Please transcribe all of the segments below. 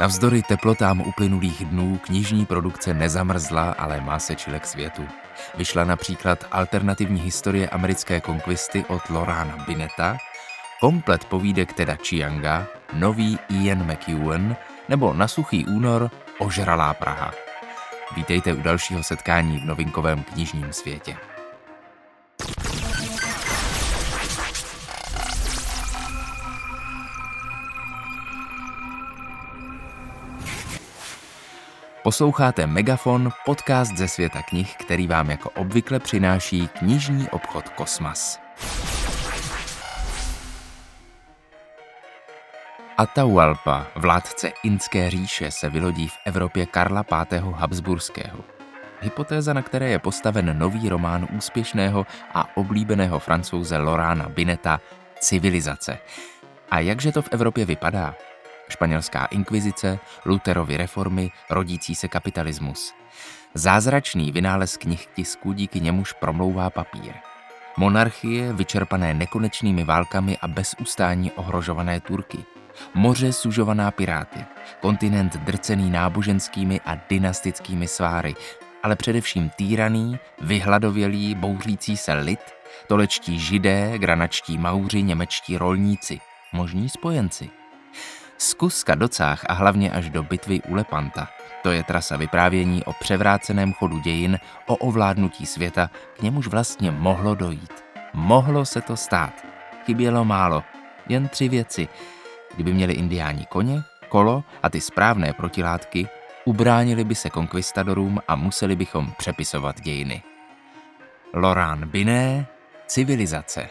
Navzdory teplotám uplynulých dnů knižní produkce nezamrzla, ale má se čile k světu. Vyšla například alternativní historie americké konkvisty od Lorana Bineta, komplet povídek Teda Chianga, nový Ian McEwan nebo Na suchý únor Ožralá Praha. Vítejte u dalšího setkání v novinkovém knižním světě. Posloucháte Megafon, podcast ze světa knih, který vám jako obvykle přináší knižní obchod Kosmas. Atahualpa, vládce Inské říše, se vylodí v Evropě Karla V. Habsburského. Hypotéza, na které je postaven nový román úspěšného a oblíbeného Francouze Lorana Bineta Civilizace. A jakže to v Evropě vypadá? Španělská inkvizice, Lutherovy reformy, rodící se kapitalismus. Zázračný vynález knihtisku, díky němuž promlouvá papír. Monarchie, vyčerpané nekonečnými válkami a bez ustání ohrožované Turky. Moře sužovaná piráty. Kontinent drcený náboženskými a dynastickými sváry. Ale především týraný, vyhladovělý, bouřící se lid, tolečtí židé, granačtí mauři, němečtí rolníci. Možní spojenci. Z Kuska do Cách a hlavně až do bitvy u Lepanta. To je trasa vyprávění o převráceném chodu dějin, o ovládnutí světa, k němuž vlastně mohlo dojít. Mohlo se to stát. Chybělo málo. Jen 3 věci. Kdyby měli indiáni koně, kolo a ty správné protilátky, ubránili by se konkvistadorům a museli bychom přepisovat dějiny. Laurent Binet, Civilizace.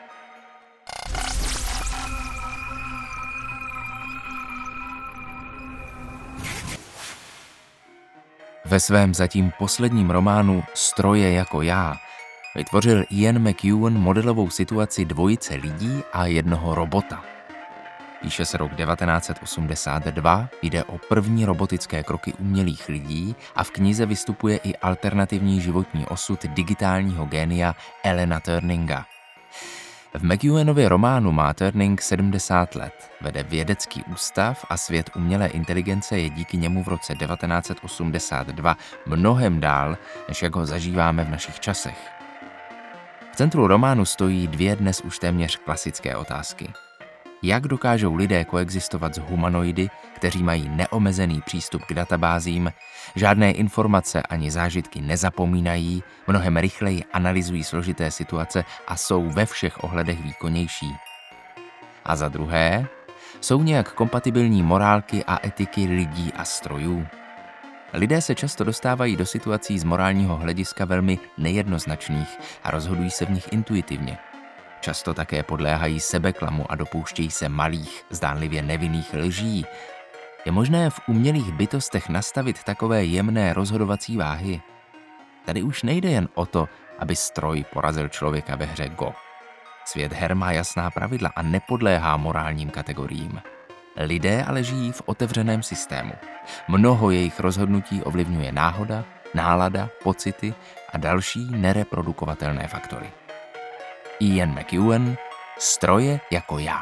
Ve svém zatím posledním románu Stroje jako já vytvořil Ian McEwan modelovou situaci dvojice lidí a jednoho robota. Píše se rok 1982, jde o první robotické kroky umělých lidí a v knize vystupuje i alternativní životní osud digitálního génia Alana Turinga. V McEwanově románu má Turing 70 let, vede vědecký ústav a svět umělé inteligence je díky němu v roce 1982 mnohem dál, než jak ho zažíváme v našich časech. V centru románu stojí 2 dnes už téměř klasické otázky. Jak dokážou lidé koexistovat s humanoidy, kteří mají neomezený přístup k databázím, žádné informace ani zážitky nezapomínají, mnohem rychleji analyzují složité situace a jsou ve všech ohledech výkonnější? A za druhé, jsou nějak kompatibilní morálky a etiky lidí a strojů? Lidé se často dostávají do situací z morálního hlediska velmi nejednoznačných a rozhodují se v nich intuitivně. Často také podléhají sebeklamu a dopouštějí se malých, zdánlivě nevinných lží. Je možné v umělých bytostech nastavit takové jemné rozhodovací váhy? Tady už nejde jen o to, aby stroj porazil člověka ve hře Go. Svět her má jasná pravidla a nepodléhá morálním kategoriím. Lidé ale žijí v otevřeném systému. Mnoho jejich rozhodnutí ovlivňuje náhoda, nálada, pocity a další nereprodukovatelné faktory. Ian McEwan, Stroje jako já.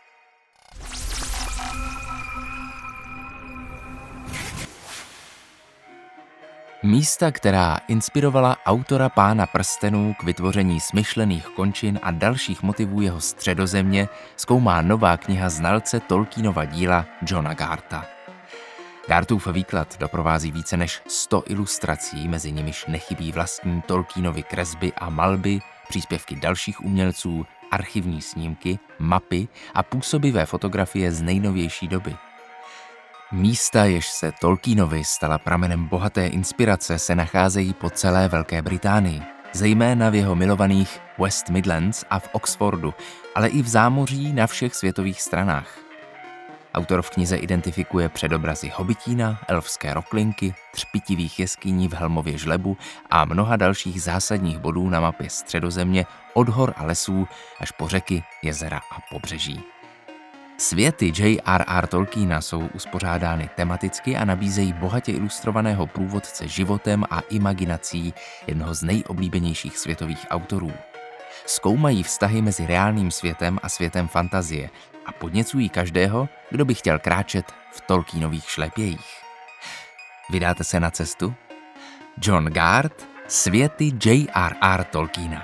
Místa, která inspirovala autora Pána prstenů k vytvoření smyšlených končin a dalších motivů jeho Středozemě, zkoumá nová kniha znalce Tolkienova díla Johna Garta. Gartův výklad doprovází více než 100 ilustrací, mezi nimiž nechybí vlastní Tolkienovy kresby a malby, příspěvky dalších umělců, archivní snímky, mapy a působivé fotografie z nejnovější doby. Místa, jež se Tolkienovi stala pramenem bohaté inspirace, se nacházejí po celé Velké Británii, zejména v jeho milovaných West Midlands a v Oxfordu, ale i v zámoří na všech světových stranách. Autor v knize identifikuje předobrazy hobitína, elfské roklinky, třpitivých jeskyní v Helmově žlebu a mnoha dalších zásadních bodů na mapě Středozemě od hor a lesů až po řeky, jezera a pobřeží. Světy J.R.R. Tolkiena jsou uspořádány tematicky a nabízejí bohatě ilustrovaného průvodce životem a imaginací jednoho z nejoblíbenějších světových autorů. Zkoumají vztahy mezi reálným světem a světem fantazie a podněcují každého, kdo by chtěl kráčet v Tolkienových šlepějích. Vydáte se na cestu? John Gard, Světy J.R.R. Tolkiena.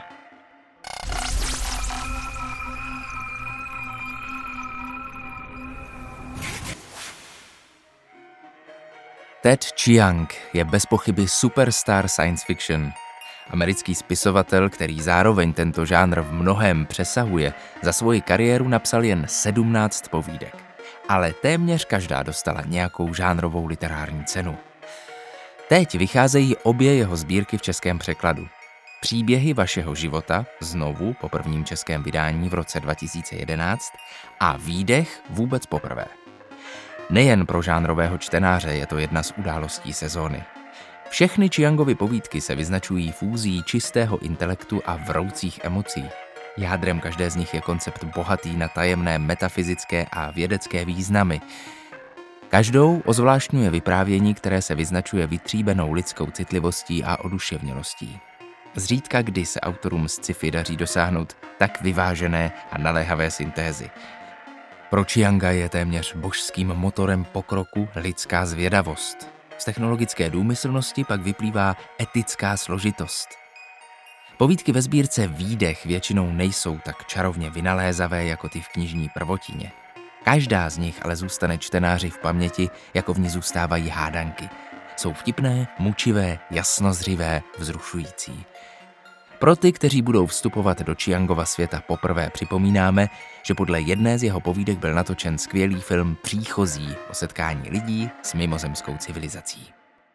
Ted Chiang je bez pochyby superstar science fiction. Americký spisovatel, který zároveň tento žánr v mnohém přesahuje, za svoji kariéru napsal jen 17 povídek. Ale téměř každá dostala nějakou žánrovou literární cenu. Teď vycházejí obě jeho sbírky v českém překladu. Příběhy vašeho života, znovu po prvním českém vydání v roce 2011 a Výdech vůbec poprvé. Nejen pro žánrového čtenáře je to jedna z událostí sezóny. Všechny Chiangovy povídky se vyznačují fúzí čistého intelektu a vroucích emocí. Jádrem každé z nich je koncept bohatý na tajemné metafyzické a vědecké významy. Každou ozvláštňuje vyprávění, které se vyznačuje vytříbenou lidskou citlivostí a oduševnělostí. Zřídka kdy se autorům z sci-fi daří dosáhnout tak vyvážené a naléhavé syntézy. Pro Chianga je téměř božským motorem pokroku lidská zvědavost. Z technologické důmyslnosti pak vyplývá etická složitost. Povídky ve sbírce Výdech většinou nejsou tak čarovně vynalézavé jako ty v knižní prvotině. Každá z nich ale zůstane čtenáři v paměti, jako v ní zůstávají hádanky. Jsou vtipné, mučivé, jasnozřivé, vzrušující. Pro ty, kteří budou vstupovat do Chiangova světa poprvé, připomínáme, že podle jedné z jeho povídek byl natočen skvělý film Příchozí o setkání lidí s mimozemskou civilizací.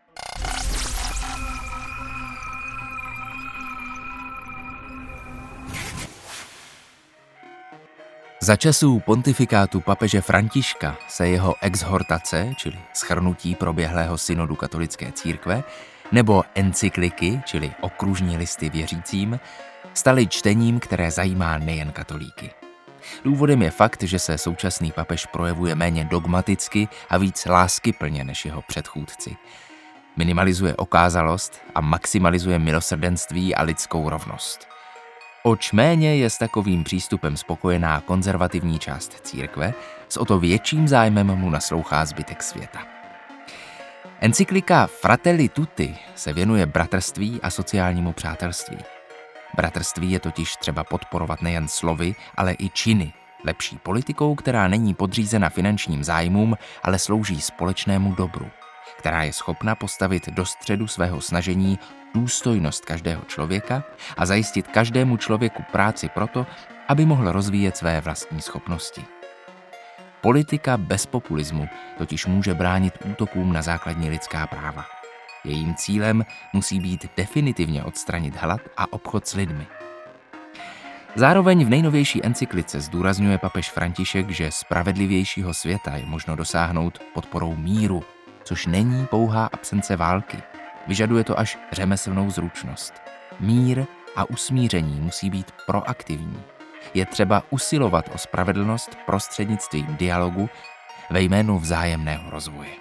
Za časů pontifikátu papeže Františka se jeho exhortace, čili shrnutí proběhlého synodu katolické církve, nebo encykliky, čili okružní listy věřícím, staly čtením, které zajímá nejen katolíky. Důvodem je fakt, že se současný papež projevuje méně dogmaticky a víc láskyplně než jeho předchůdci. Minimalizuje okázalost a maximalizuje milosrdenství a lidskou rovnost. Oč méně je s takovým přístupem spokojená konzervativní část církve, s o to větším zájmem mu naslouchá zbytek světa. Encyklika Fratelli Tutti se věnuje bratrství a sociálnímu přátelství. Bratrství je totiž třeba podporovat nejen slovy, ale i činy, lepší politikou, která není podřízena finančním zájmům, ale slouží společnému dobru, která je schopna postavit do středu svého snažení důstojnost každého člověka a zajistit každému člověku práci proto, aby mohl rozvíjet své vlastní schopnosti. Politika bez populismu totiž může bránit útokům na základní lidská práva. Jejím cílem musí být definitivně odstranit hlad a obchod s lidmi. Zároveň v nejnovější encyklice zdůrazňuje papež František, že spravedlivějšího světa je možno dosáhnout podporou míru, což není pouhá absence války. Vyžaduje to až řemeslnou zručnost. Mír a usmíření musí být proaktivní. Je třeba usilovat o spravedlnost prostřednictvím dialogu ve jménu vzájemného rozvoje.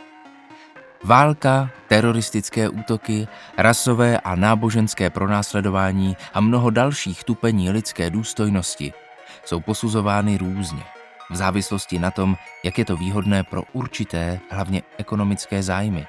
Válka, teroristické útoky, rasové a náboženské pronásledování a mnoho dalších tupení lidské důstojnosti jsou posuzovány různě, v závislosti na tom, jak je to výhodné pro určité, hlavně ekonomické zájmy.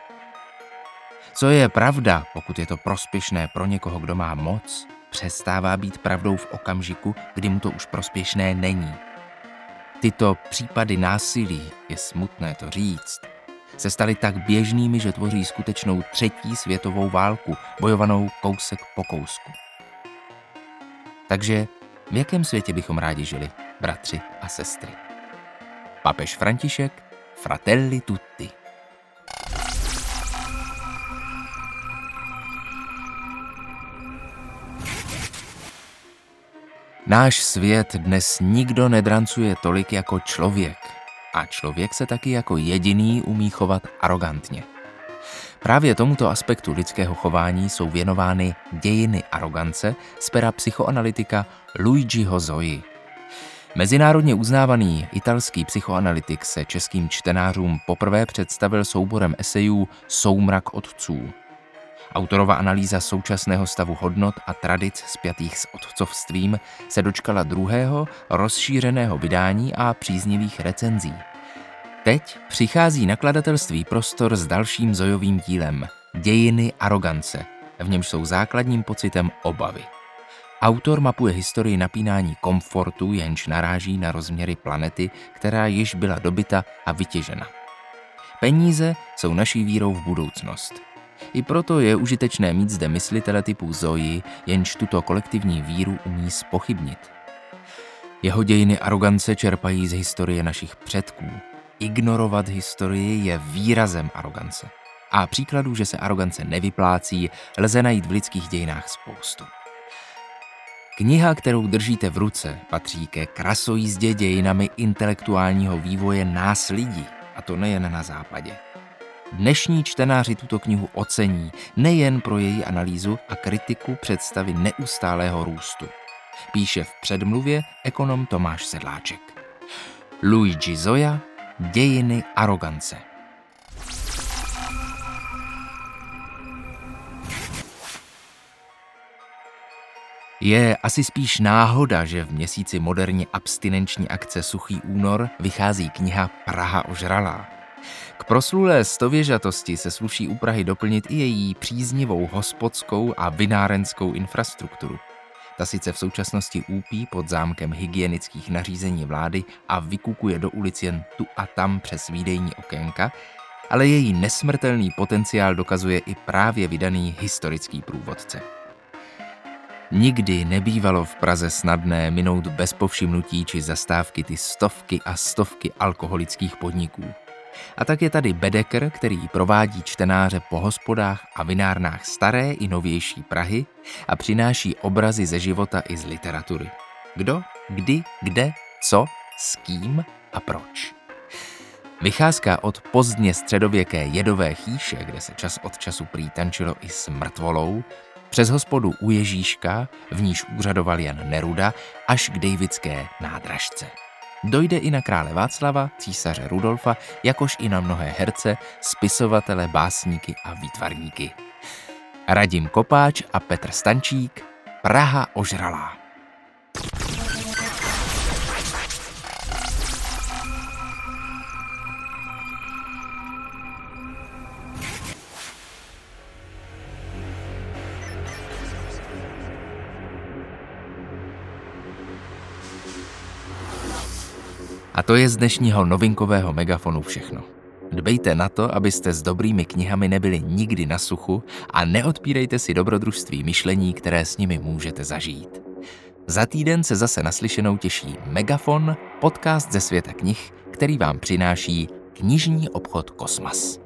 Co je pravda, pokud je to prospěšné pro někoho, kdo má moc, přestává být pravdou v okamžiku, kdy mu to už prospěšné není. Tyto případy násilí, je smutné to říct, se staly tak běžnými, že tvoří skutečnou třetí světovou válku, bojovanou kousek po kousku. Takže v jakém světě bychom rádi žili, bratři a sestry? Papež František, Fratelli Tutti. Náš svět dnes nikdo nedrancuje tolik jako člověk. A člověk se taky jako jediný umí chovat arogantně. Právě tomuto aspektu lidského chování jsou věnovány Dějiny arogance z pera psychoanalytika Luigiho Zoi. Mezinárodně uznávaný italský psychoanalytik se českým čtenářům poprvé představil souborem esejů Soumrak otců. Autorova analýza současného stavu hodnot a tradic spjatých s otcovstvím se dočkala druhého rozšířeného vydání a příznivých recenzí. Teď přichází nakladatelství Prostor s dalším Zoeyovým dílem Dějiny arogance, v němž jsou základním pocitem obavy. Autor mapuje historii napínání komfortu, jenž naráží na rozměry planety, která již byla dobyta a vytěžena. Peníze jsou naší vírou v budoucnost. I proto je užitečné mít zde myslitele typu Zoey, jenž tuto kolektivní víru umí zpochybnit. Jeho dějiny arogance čerpají z historie našich předků. Ignorovat historii je výrazem arogance. A příkladů, že se arogance nevyplácí, lze najít v lidských dějinách spoustu. Kniha, kterou držíte v ruce, patří ke krasojízdě dějinami intelektuálního vývoje nás lidí, a to nejen na západě. Dnešní čtenáři tuto knihu ocení nejen pro její analýzu a kritiku představy neustálého růstu. Píše v předmluvě ekonom Tomáš Sedláček. Luigi Zoea, Dějiny arogance. Je asi spíš náhoda, že v měsíci moderní abstinenční akce Suchý únor vychází kniha Praha ožralá. K proslulé stověžatosti se sluší u Prahy doplnit i její příznivou hospodskou a vinárenskou infrastrukturu. Ta sice v současnosti úpí pod zámkem hygienických nařízení vlády a vykukuje do ulic jen tu a tam přes výdejní okénka, ale její nesmrtelný potenciál dokazuje i právě vydaný historický průvodce. Nikdy nebývalo v Praze snadné minout bez povšimnutí či zastávky ty stovky a stovky alkoholických podniků. A tak je tady Bedeker, který provádí čtenáře po hospodách a vinárnách staré i novější Prahy a přináší obrazy ze života i z literatury. Kdo, kdy, kde, co, s kým a proč. Vycházka od pozdně středověké Jedové chýše, kde se čas od času prý tančilo i s mrtvolou, přes hospodu u Ježíška, v níž úřadoval Jan Neruda, až k Davidské nádražce. Dojde i na krále Václava, císaře Rudolfa, jakož i na mnohé herce, spisovatele, básníky a výtvarníky. Radim Kopáč a Petr Stančík, Praha ožralá. A to je z dnešního novinkového Megafonu všechno. Dbejte na to, abyste s dobrými knihami nebyli nikdy na suchu a neodpírejte si dobrodružství myšlení, které s nimi můžete zažít. Za týden se zase naslyšenou těší Megafon, podcast ze světa knih, který vám přináší knižní obchod Kosmas.